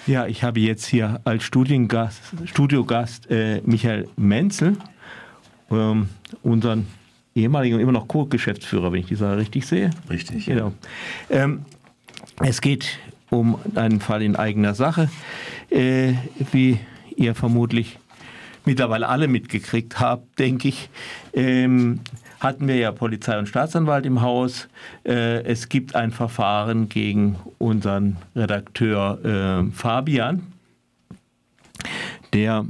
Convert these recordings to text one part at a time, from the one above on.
Ja, ich habe jetzt hier als Studiogast Michael Menzel, unseren ehemaligen und immer noch Co-Geschäftsführer, wenn ich die Sache richtig sehe. Richtig. Genau. Es geht um einen Fall in eigener Sache, wie ihr vermutlich mittlerweile alle mitgekriegt habt, denke ich. Hatten wir ja Polizei und Staatsanwalt im Haus. Es gibt ein Verfahren gegen unseren Redakteur Fabian, der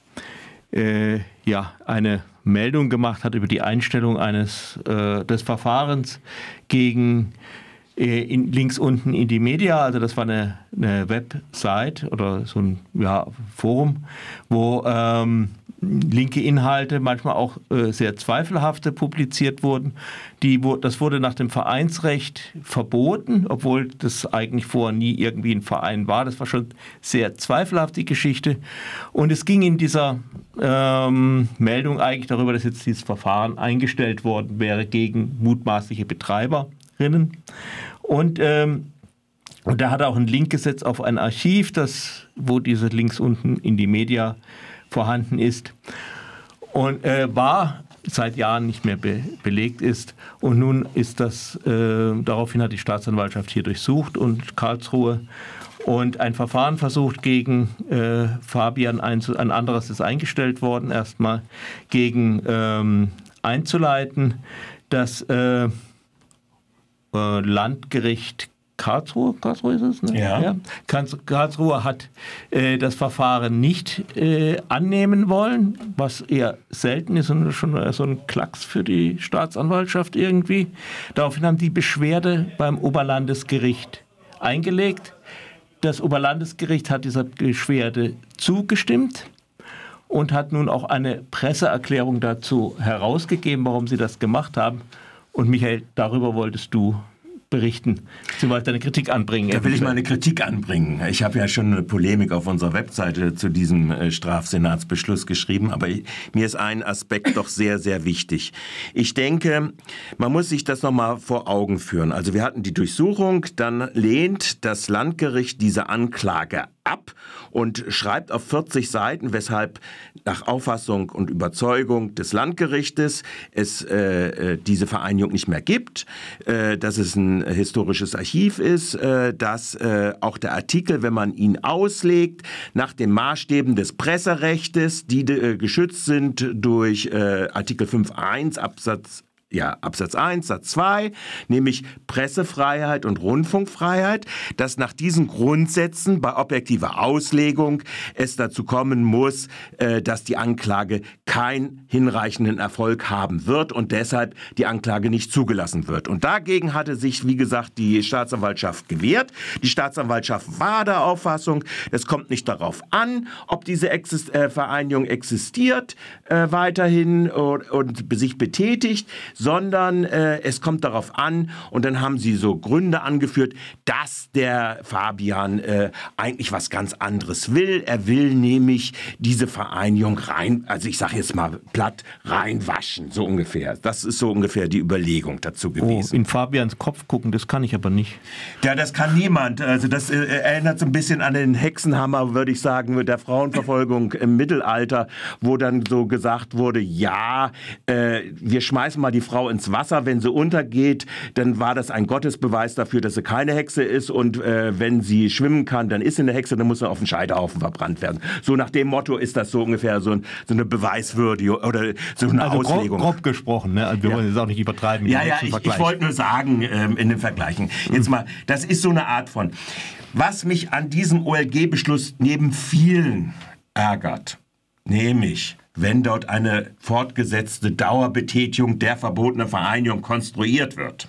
eine Meldung gemacht hat über die Einstellung des Verfahrens gegen links unten in die Media. Also das war eine Website oder so ein Forum, wo linke Inhalte, manchmal auch sehr zweifelhafte, publiziert wurden. Das wurde nach dem Vereinsrecht verboten, obwohl das eigentlich vorher nie irgendwie ein Verein war. Das war schon sehr zweifelhaft, die Geschichte. Und es ging in dieser Meldung eigentlich darüber, dass jetzt dieses Verfahren eingestellt worden wäre gegen mutmaßliche Betreiberinnen. Und da hat er auch einen Link gesetzt auf ein Archiv, wo diese Links unten in die Media vorhanden ist und war seit Jahren nicht mehr belegt ist. Und nun ist daraufhin hat die Staatsanwaltschaft hier durchsucht und Karlsruhe und ein Verfahren versucht gegen Fabian, ein anderes ist eingestellt worden, erstmal gegen einzuleiten. Das Landgericht Karlsruhe ist es, ne? Ja. Karlsruhe hat das Verfahren nicht annehmen wollen, was eher selten ist und schon so ein Klacks für die Staatsanwaltschaft irgendwie. Daraufhin haben die Beschwerde beim Oberlandesgericht eingelegt. Das Oberlandesgericht hat dieser Beschwerde zugestimmt und hat nun auch eine Presseerklärung dazu herausgegeben, warum sie das gemacht haben. Und Michael, darüber wolltest du berichten, beziehungsweise deine Kritik anbringen. Da will ich meine Kritik anbringen. Ich habe ja schon eine Polemik auf unserer Webseite zu diesem Strafsenatsbeschluss geschrieben, aber mir ist ein Aspekt doch sehr, sehr wichtig. Ich denke, man muss sich das nochmal vor Augen führen. Also wir hatten die Durchsuchung, dann lehnt das Landgericht diese Anklage ab und schreibt auf 40 Seiten, weshalb nach Auffassung und Überzeugung des Landgerichtes es diese Vereinigung nicht mehr gibt, dass es ein historisches Archiv ist, dass auch der Artikel, wenn man ihn auslegt, nach den Maßstäben des Presserechtes, die geschützt sind durch Artikel 5.1 Absatz 1, Satz 2, nämlich Pressefreiheit und Rundfunkfreiheit, dass nach diesen Grundsätzen bei objektiver Auslegung es dazu kommen muss, dass die Anklage keinen hinreichenden Erfolg haben wird und deshalb die Anklage nicht zugelassen wird. Und dagegen hatte sich, wie gesagt, die Staatsanwaltschaft gewehrt. Die Staatsanwaltschaft war der Auffassung, es kommt nicht darauf an, ob diese Vereinigung existiert weiterhin und sich betätigt, sondern es kommt darauf an, und dann haben sie so Gründe angeführt, dass der Fabian eigentlich was ganz anderes will. Er will nämlich diese Vereinigung also ich sage jetzt mal platt, reinwaschen, so ungefähr. Das ist so ungefähr die Überlegung dazu gewesen. In Fabians Kopf gucken, das kann ich aber nicht. Ja, das kann niemand. Also das erinnert so ein bisschen an den Hexenhammer, würde ich sagen, mit der Frauenverfolgung im Mittelalter, wo dann so gesagt wurde, ja, wir schmeißen mal die Frau ins Wasser, wenn sie untergeht, dann war das ein Gottesbeweis dafür, dass sie keine Hexe ist, und wenn sie schwimmen kann, dann ist sie eine Hexe, dann muss sie auf den Scheiterhaufen verbrannt werden. So nach dem Motto ist das so ungefähr so eine Beweiswürdigung oder so eine Auslegung. Grob gesprochen, ne? Also wir wollen es auch nicht übertreiben. Ich wollte nur sagen, in den Vergleichen. Jetzt mal, das ist so eine Art von, was mich an diesem OLG-Beschluss neben vielen ärgert, nämlich, wenn dort eine fortgesetzte Dauerbetätigung der verbotenen Vereinigung konstruiert wird.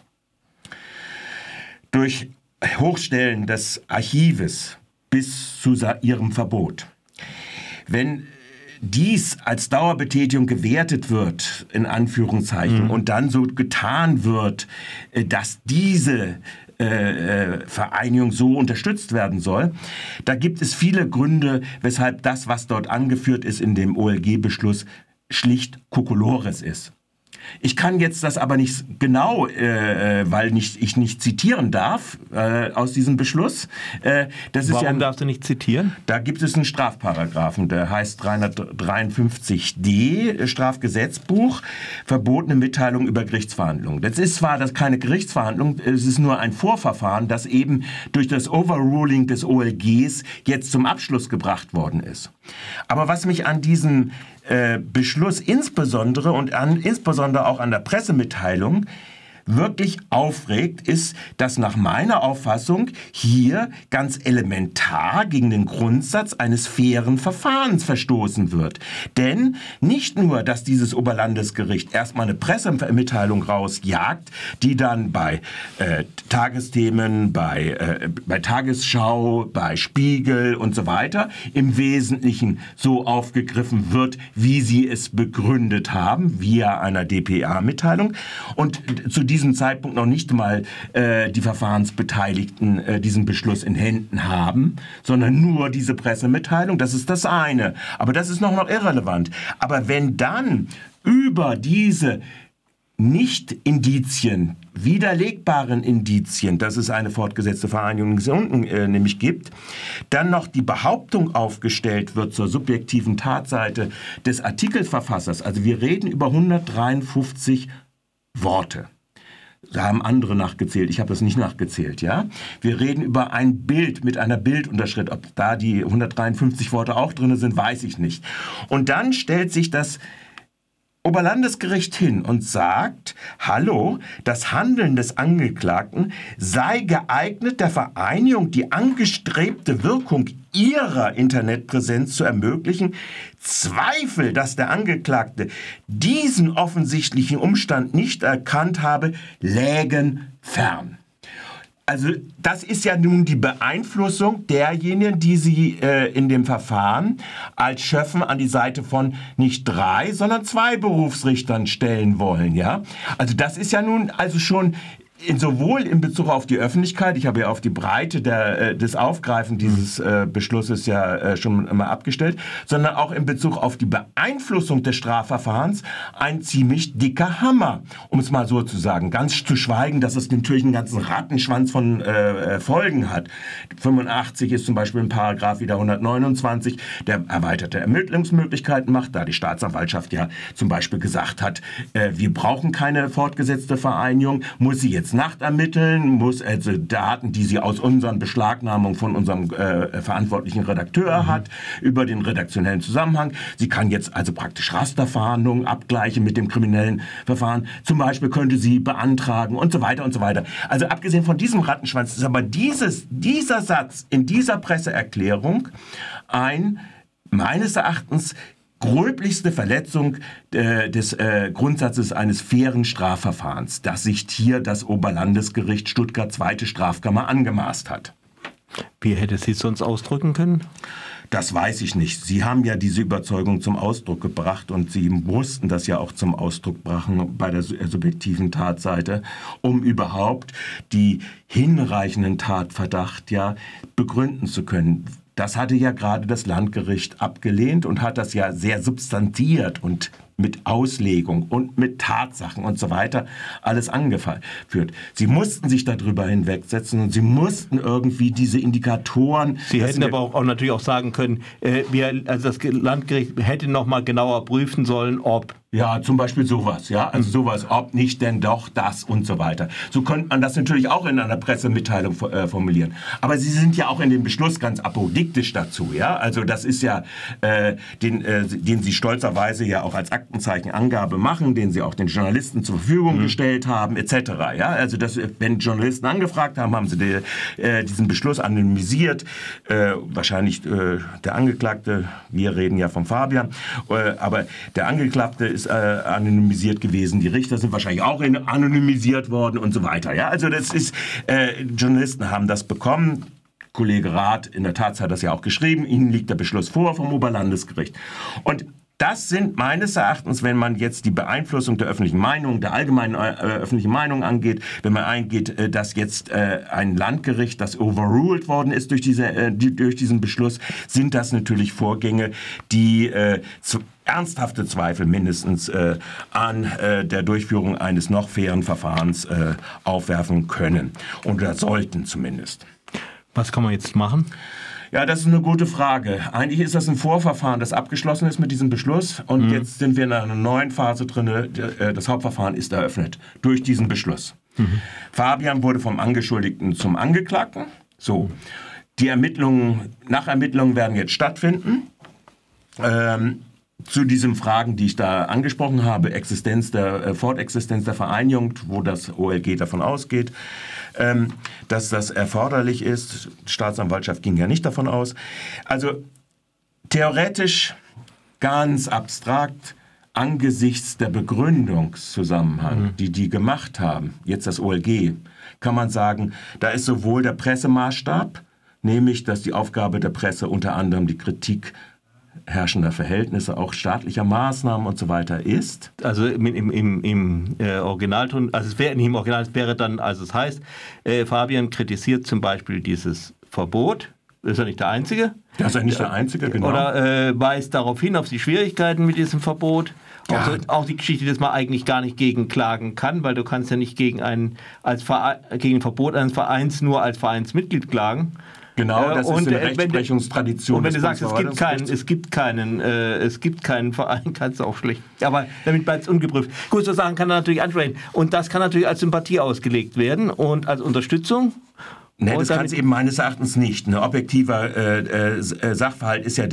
Durch Hochstellen des Archives bis zu ihrem Verbot. Wenn dies als Dauerbetätigung gewertet wird, in Anführungszeichen, und dann so getan wird, dass diese Vereinigung so unterstützt werden soll. Da gibt es viele Gründe, weshalb das, was dort angeführt ist in dem OLG-Beschluss, schlicht Kokolores ist. Ich kann jetzt das aber nicht genau, weil ich nicht zitieren darf aus diesem Beschluss. Warum darfst du nicht zitieren? Da gibt es einen Strafparagraphen, der heißt 353d Strafgesetzbuch, verbotene Mitteilung über Gerichtsverhandlungen. Das ist zwar keine Gerichtsverhandlung, es ist nur ein Vorverfahren, das eben durch das Overruling des OLGs jetzt zum Abschluss gebracht worden ist. Aber was mich an diesem Beschluss insbesondere insbesondere auch an der Pressemitteilung wirklich aufregt, ist, dass nach meiner Auffassung hier ganz elementar gegen den Grundsatz eines fairen Verfahrens verstoßen wird. Denn nicht nur, dass dieses Oberlandesgericht erstmal eine Pressemitteilung rausjagt, die dann bei Tagesthemen, bei Tagesschau, bei Spiegel und so weiter im Wesentlichen so aufgegriffen wird, wie sie es begründet haben, via einer dpa-Mitteilung. Und zu diesem Zeitpunkt noch nicht mal die Verfahrensbeteiligten diesen Beschluss in Händen haben, sondern nur diese Pressemitteilung. Das ist das eine. Aber das ist noch irrelevant. Aber wenn dann über diese Nicht-Indizien, widerlegbaren Indizien, dass es eine fortgesetzte Vereinigung nämlich gibt, dann noch die Behauptung aufgestellt wird zur subjektiven Tatseite des Artikelverfassers. Also wir reden über 153 Worte. Da haben andere nachgezählt, ich habe das nicht nachgezählt, ja. Wir reden über ein Bild mit einer Bildunterschrift. Ob da die 153 Worte auch drin sind, weiß ich nicht. Und dann stellt sich das Oberlandesgericht hin und sagt, hallo, das Handeln des Angeklagten sei geeignet, der Vereinigung die angestrebte Wirkung ihrer Internetpräsenz zu ermöglichen. Zweifel, dass der Angeklagte diesen offensichtlichen Umstand nicht erkannt habe, lägen fern. Also das ist ja nun die Beeinflussung derjenigen, die sie in dem Verfahren als Schöffen an die Seite von nicht 3, sondern 2 Berufsrichtern stellen wollen. Ja? Also das ist ja nun also schon sowohl in Bezug auf die Öffentlichkeit, ich habe ja auf die Breite des Aufgreifen dieses Beschlusses ja schon mal abgestellt, sondern auch in Bezug auf die Beeinflussung des Strafverfahrens ein ziemlich dicker Hammer, um es mal so zu sagen. Ganz zu schweigen, dass es natürlich einen ganzen Rattenschwanz von Folgen hat. 85 ist zum Beispiel ein Paragraph wieder 129, der erweiterte Ermittlungsmöglichkeiten macht, da die Staatsanwaltschaft ja zum Beispiel gesagt hat, wir brauchen keine fortgesetzte Vereinigung, muss sie jetzt nachtermitteln, muss also Daten, die sie aus unseren Beschlagnahmungen von unserem verantwortlichen Redakteur hat, über den redaktionellen Zusammenhang. Sie kann jetzt also praktisch Rasterfahndungen abgleichen mit dem kriminellen Verfahren. Zum Beispiel könnte sie beantragen und so weiter und so weiter. Also abgesehen von diesem Rattenschwanz ist aber dieser Satz in dieser Presseerklärung ein meines Erachtens gröblichste Verletzung des Grundsatzes eines fairen Strafverfahrens, das sich hier das Oberlandesgericht Stuttgart 2. Strafkammer angemaßt hat. Wie hätte sie es sonst ausdrücken können? Das weiß ich nicht. Sie haben ja diese Überzeugung zum Ausdruck gebracht und Sie mussten das ja auch zum Ausdruck bringen bei der subjektiven Tatseite, um überhaupt die hinreichenden Tatverdacht ja begründen zu können. Das hatte ja gerade das Landgericht abgelehnt und hat das ja sehr substanziert und mit Auslegung und mit Tatsachen und so weiter alles angeführt. Sie mussten sich darüber hinwegsetzen und sie mussten irgendwie diese Indikatoren... Sie hätten aber auch natürlich auch sagen können, das Landgericht hätte noch mal genauer prüfen sollen, ob... Ja, zum Beispiel sowas, ja, also sowas, ob nicht denn doch das und so weiter. So könnte man das natürlich auch in einer Pressemitteilung formulieren. Aber Sie sind ja auch in dem Beschluss ganz apodiktisch dazu, ja. Also das ist ja, den Sie stolzerweise ja auch als Aktenzeichen-Angabe machen, den Sie auch den Journalisten zur Verfügung gestellt haben, etc. Ja, also wenn Journalisten angefragt haben, haben Sie diesen Beschluss anonymisiert. Wahrscheinlich der Angeklagte, wir reden ja von Fabian, aber der Angeklagte ist anonymisiert gewesen. Die Richter sind wahrscheinlich auch anonymisiert worden und so weiter. Ja, also das ist, Journalisten haben das bekommen. Kollege Rath in der Taz hat das ja auch geschrieben. Ihnen liegt der Beschluss vor vom Oberlandesgericht. Und Das sind meines Erachtens, wenn man jetzt die Beeinflussung der öffentlichen Meinung, der allgemeinen öffentlichen Meinung angeht, wenn man eingeht, dass jetzt ein Landgericht, das overruled worden ist durch diesen Beschluss, sind das natürlich Vorgänge, die ernsthafte Zweifel mindestens an der Durchführung eines noch fairen Verfahrens aufwerfen können. Oder sollten zumindest. Was kann man jetzt machen? Ja, das ist eine gute Frage. Eigentlich ist das ein Vorverfahren, das abgeschlossen ist mit diesem Beschluss. Und jetzt sind wir in einer neuen Phase drin. Das Hauptverfahren ist eröffnet durch diesen Beschluss. Fabian wurde vom Angeschuldigten zum Angeklagten. So, die Nachermittlungen werden jetzt stattfinden. Zu diesen Fragen, die ich da angesprochen habe, Fortexistenz der Vereinigung, wo das OLG davon ausgeht, dass das erforderlich ist. Die Staatsanwaltschaft ging ja nicht davon aus. Also theoretisch, ganz abstrakt, angesichts der Begründungszusammenhang, die gemacht haben, jetzt das OLG, kann man sagen, da ist sowohl der Pressemaßstab, nämlich, dass die Aufgabe der Presse unter anderem die Kritik herrschender Verhältnisse, auch staatlicher Maßnahmen und so weiter ist. Also im Originalton, also es wäre nicht im Original, es wäre dann, also es heißt, Fabian kritisiert zum Beispiel dieses Verbot, ist er nicht der Einzige? Das ist ja nicht der Einzige, genau. Oder weist darauf hin, auf die Schwierigkeiten mit diesem Verbot. Ja. Auch die Geschichte, dass man eigentlich gar nicht gegen klagen kann, weil du kannst ja nicht gegen ein Verbot eines Vereins nur als Vereinsmitglied klagen. Genau, das ist eine Rechtsprechungstradition. Und wenn du sagst, es gibt keinen Verein, kannst du auch schlecht. Aber damit bleibt es ungeprüft. Gut, so Sachen kann er natürlich ansprechen. Und das kann natürlich als Sympathie ausgelegt werden und als Unterstützung. Nee, das kann es eben meines Erachtens nicht. Ein objektiver Sachverhalt ist ja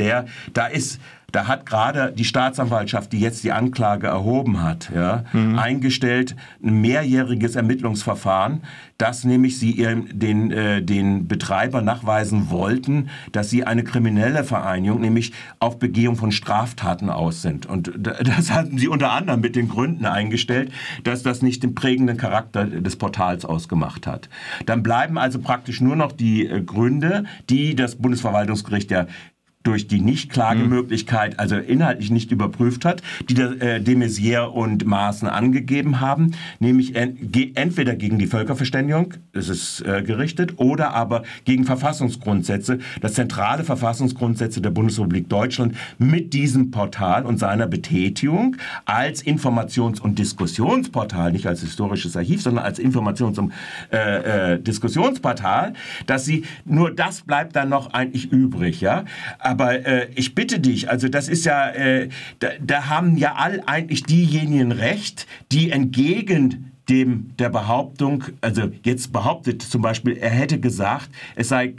da hat gerade die Staatsanwaltschaft, die jetzt die Anklage erhoben hat, eingestellt ein mehrjähriges Ermittlungsverfahren, das nämlich sie den Betreiber nachweisen wollten, dass sie eine kriminelle Vereinigung, nämlich auf Begehung von Straftaten aus sind. Und das hatten sie unter anderem mit den Gründen eingestellt, dass das nicht den prägenden Charakter des Portals ausgemacht hat. Dann bleiben also praktisch nur noch die Gründe, die das Bundesverwaltungsgericht ja durch die Nichtklagemöglichkeit, also inhaltlich nicht überprüft hat, die de Maizière und Maaßen angegeben haben, nämlich entweder gegen die Völkerverständigung, das ist gerichtet, oder aber gegen Verfassungsgrundsätze, das zentrale Verfassungsgrundsätze der Bundesrepublik Deutschland mit diesem Portal und seiner Betätigung als Informations- und Diskussionsportal, nicht als historisches Archiv, sondern als Informations- und Diskussionsportal, dass sie, nur das bleibt dann noch eigentlich übrig, ja. Aber ich bitte dich, also das ist ja, da haben ja eigentlich diejenigen recht, die entgegen der Behauptung, also jetzt behauptet zum Beispiel, er hätte gesagt, es sei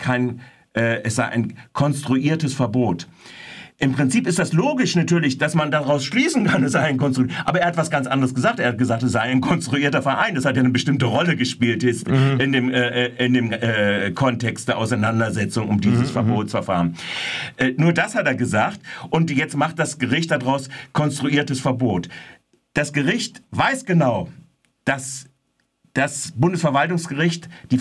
ein konstruiertes Verbot. Im Prinzip ist das logisch natürlich, dass man daraus schließen kann, es sei ein konstruierter. Aber er hat was ganz anderes gesagt. Er hat gesagt, es sei ein konstruierter Verein. Das hat ja eine bestimmte Rolle gespielt in dem Kontext der Auseinandersetzung um dieses Verbotsverfahren. Nur das hat er gesagt. Und jetzt macht das Gericht daraus konstruiertes Verbot. Das Gericht weiß genau, dass das Bundesverwaltungsgericht die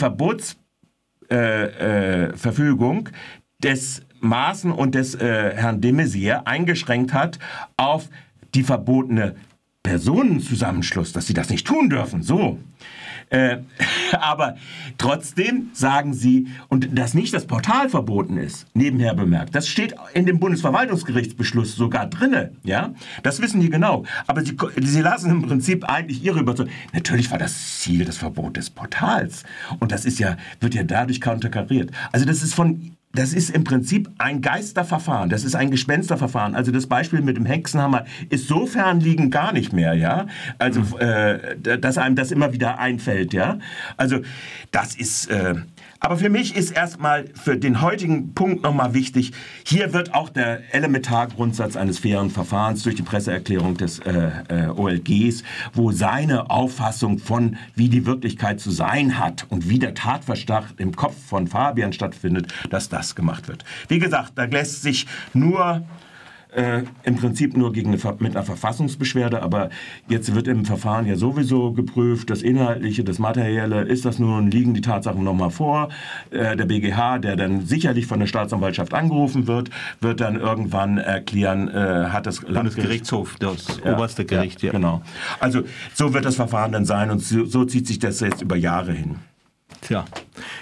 Verbotsverfügung des Maaßen und des Herrn de Maizière eingeschränkt hat auf die verbotene Personenzusammenschluss, dass sie das nicht tun dürfen. So. Aber trotzdem sagen sie, und dass nicht das Portal verboten ist, nebenher bemerkt, das steht in dem Bundesverwaltungsgerichtsbeschluss sogar drinne, ja, das wissen die genau. Aber sie lassen im Prinzip eigentlich ihre Überzeugung. Natürlich war das Ziel das Verbot des Portals. Und das wird ja dadurch konterkariert. Also das ist im Prinzip ein Geisterverfahren, das ist ein Gespensterverfahren. Also das Beispiel mit dem Hexenhammer ist so fernliegend gar nicht mehr, ja. Also, dass einem das immer wieder einfällt, ja. Also, das ist, aber für mich ist erstmal für den heutigen Punkt nochmal wichtig, hier wird auch der Elementargrundsatz eines fairen Verfahrens durch die Presseerklärung des OLGs, wo seine Auffassung von, wie die Wirklichkeit zu sein hat und wie der Tatverdacht im Kopf von Fabian stattfindet, dass das gemacht wird. Wie gesagt, da lässt sich nur im Prinzip nur mit einer Verfassungsbeschwerde, aber jetzt wird im Verfahren ja sowieso geprüft, das Inhaltliche, das Materielle, ist das nun, liegen die Tatsachen nochmal vor. Der BGH, der dann sicherlich von der Staatsanwaltschaft angerufen wird dann irgendwann erklären, hat das Bundesgerichtshof, das oberste Gericht. Ja, genau. Also so wird das Verfahren dann sein und so zieht sich das jetzt über Jahre hin. Tja,